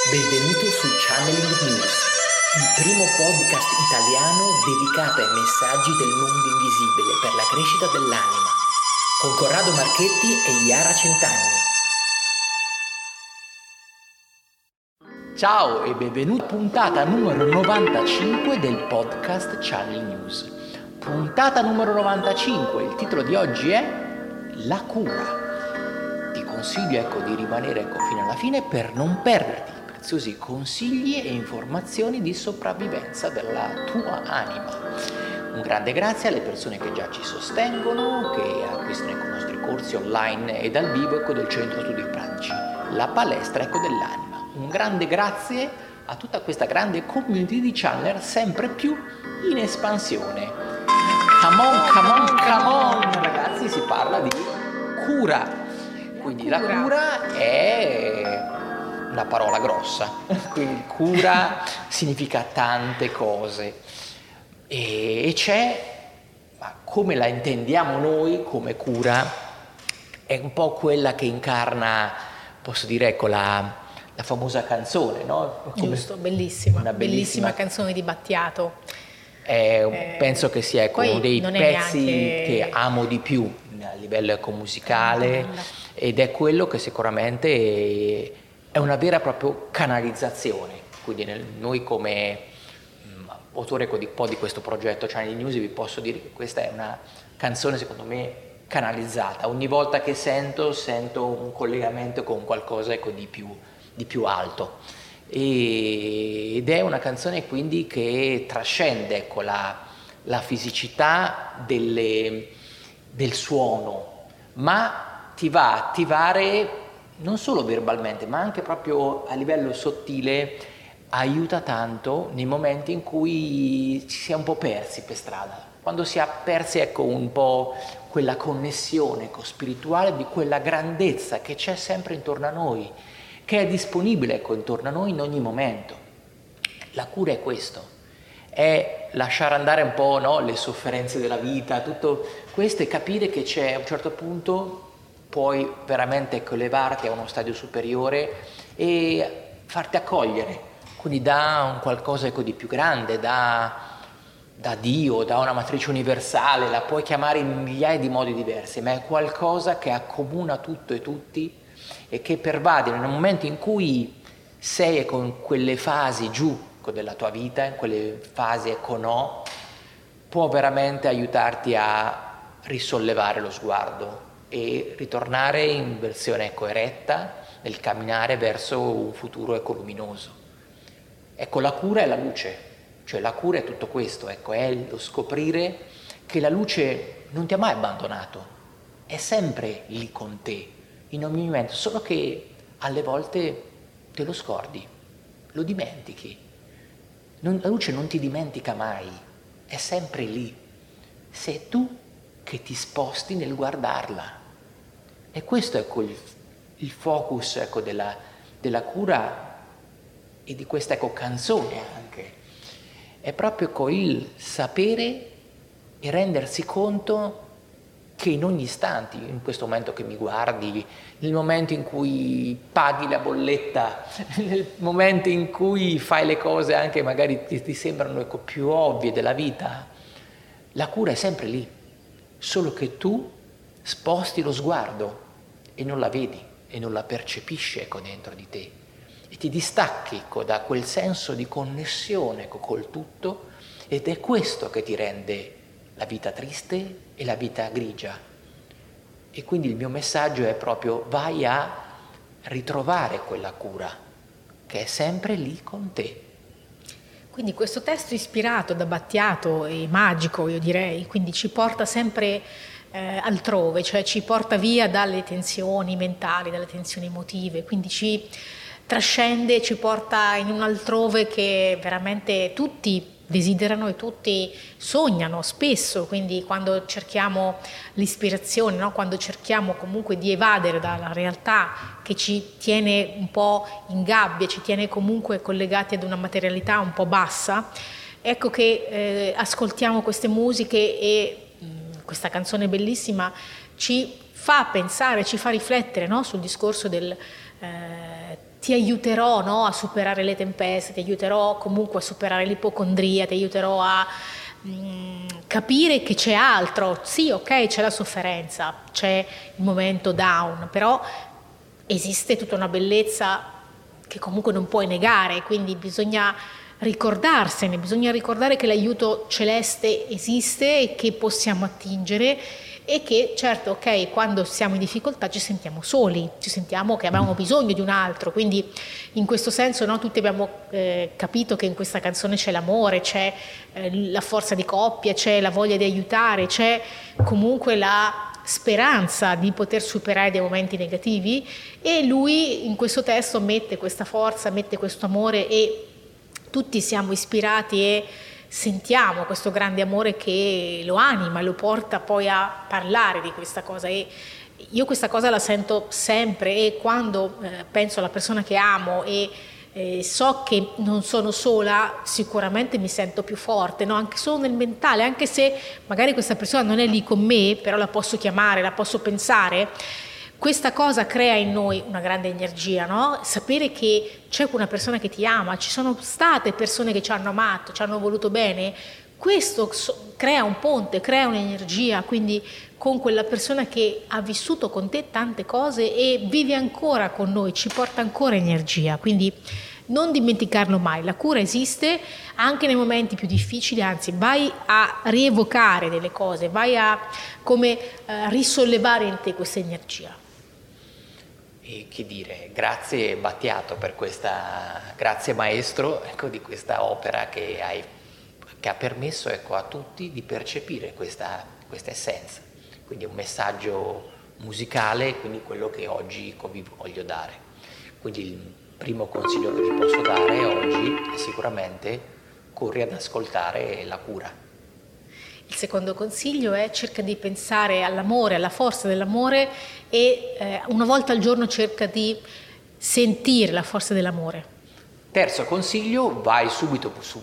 Benvenuto su Channeling News, il primo podcast italiano dedicato ai messaggi del mondo invisibile per la crescita dell'anima, con Corrado Marchetti e Yara Centanni. Ciao e benvenuti alla puntata numero 95 del podcast Channeling News. Puntata numero 95, il titolo di oggi è La cura. Ti consiglio di rimanere fino alla fine per non perderti preziosi consigli e informazioni di sopravvivenza della tua anima. Un grande grazie alle persone che già ci sostengono, che acquistano i nostri corsi online e dal vivo del Centro Studi Pratici, la palestra dell'anima. Un grande grazie a tutta questa grande community di channeler sempre più in espansione. Come on, ragazzi, si parla di cura. Quindi la cura è una parola grossa, quindi cura significa tante cose e c'è, ma come la intendiamo noi come cura, è un po' quella che incarna, posso dire, la famosa canzone, no? Giusto, bellissima, una bellissima canzone di Battiato. Penso che sia uno dei pezzi che amo di più a livello musicale ed è quello che sicuramente è una vera e propria canalizzazione. Quindi noi come autore un po' di questo progetto Channeling News vi posso dire che questa è una canzone secondo me canalizzata. Ogni volta che sento un collegamento con qualcosa di più alto. Ed è una canzone quindi che trascende la fisicità del suono, ma ti va a attivare non solo verbalmente ma anche proprio a livello sottile, aiuta tanto nei momenti in cui ci si è un po' persi per strada, quando si è persi un po' quella connessione spirituale di quella grandezza che c'è sempre intorno a noi, che è disponibile intorno a noi in ogni momento. La cura è questo, è lasciare andare un po', no, le sofferenze della vita, tutto questo, e capire che c'è, a un certo punto puoi veramente elevarti a uno stadio superiore e farti accogliere, quindi da un qualcosa di più grande, da Dio, da una matrice universale, la puoi chiamare in migliaia di modi diversi, ma è qualcosa che accomuna tutto e tutti e che pervade nel momento in cui sei con quelle fasi giù della tua vita, in quelle fasi no, può veramente aiutarti a risollevare lo sguardo e ritornare in versione eretta nel camminare verso un futuro luminoso. La cura è la luce, cioè la cura è tutto questo, è lo scoprire che la luce non ti ha mai abbandonato, è sempre lì con te, in ogni momento, solo che alle volte te lo scordi, lo dimentichi. La luce non ti dimentica mai, è sempre lì. Sei tu che ti sposti nel guardarla. E questo è il focus della cura e di questa canzone anche. È proprio il sapere e rendersi conto che in ogni istante, in questo momento che mi guardi, nel momento in cui paghi la bolletta, nel momento in cui fai le cose anche magari ti sembrano più ovvie della vita, la cura è sempre lì, solo che tu sposti lo sguardo e non la vedi e non la percepisci dentro di te e ti distacchi da quel senso di connessione col tutto, ed è questo che ti rende la vita triste e la vita grigia. E quindi il mio messaggio è proprio: vai a ritrovare quella cura che è sempre lì con te. Quindi questo testo ispirato da Battiato è magico, io direi, quindi ci porta sempre altrove, cioè ci porta via dalle tensioni mentali, dalle tensioni emotive, quindi ci trascende, ci porta in un altrove che veramente tutti desiderano e tutti sognano spesso. Quindi quando cerchiamo l'ispirazione, no? Quando cerchiamo comunque di evadere dalla realtà che ci tiene un po' in gabbia, ci tiene comunque collegati ad una materialità un po' bassa, ecco che ascoltiamo queste musiche e questa canzone bellissima ci fa pensare, ci fa riflettere, no? Sul discorso ti aiuterò, no, a superare le tempeste, ti aiuterò comunque a superare l'ipocondria, ti aiuterò a capire che c'è altro. Sì, ok, c'è la sofferenza, c'è il momento down, però esiste tutta una bellezza che comunque non puoi negare, quindi bisogna ricordarsene, bisogna ricordare che l'aiuto celeste esiste e che possiamo attingere, e che certo, ok, quando siamo in difficoltà ci sentiamo soli, ci sentiamo che abbiamo bisogno di un altro, quindi in questo senso, no, tutti abbiamo capito che in questa canzone c'è l'amore, c'è la forza di coppia, c'è la voglia di aiutare, c'è comunque la speranza di poter superare dei momenti negativi, e lui in questo testo mette questa forza, mette questo amore, e tutti siamo ispirati e sentiamo questo grande amore che lo anima, lo porta poi a parlare di questa cosa. E io questa cosa la sento sempre, e quando penso alla persona che amo e so che non sono sola, sicuramente mi sento più forte, no? Anche solo nel mentale, anche se magari questa persona non è lì con me, però la posso chiamare, la posso pensare. Questa cosa crea in noi una grande energia, no? Sapere che c'è una persona che ti ama, ci sono state persone che ci hanno amato, ci hanno voluto bene, questo crea un ponte, crea un'energia, quindi con quella persona che ha vissuto con te tante cose e vive ancora con noi, ci porta ancora energia, quindi non dimenticarlo mai, la cura esiste anche nei momenti più difficili, anzi vai a rievocare delle cose, vai a come risollevare in te questa energia. E che dire, grazie Battiato per questa, grazie maestro, ecco, di questa opera che ha permesso, ecco, a tutti di percepire questa essenza. Quindi un messaggio musicale, quindi quello che oggi vi voglio dare. Quindi il primo consiglio che vi posso dare oggi è sicuramente corri ad ascoltare la cura. Il secondo consiglio è cerca di pensare all'amore, alla forza dell'amore, e una volta al giorno cerca di sentire la forza dell'amore. Terzo consiglio, vai subito su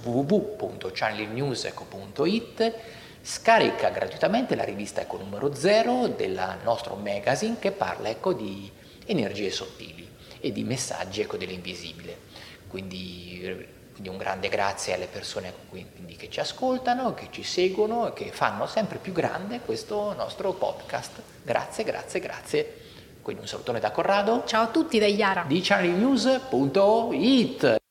www.channelnews.it, scarica gratuitamente la rivista Eco numero 0 del nostro magazine che parla, ecco, di energie sottili e di messaggi, ecco, dell'invisibile. Quindi un grande grazie alle persone che ci ascoltano, che ci seguono e che fanno sempre più grande questo nostro podcast. Grazie. Quindi un salutone da Corrado. Ciao a tutti da Iara. Di channelnews.it.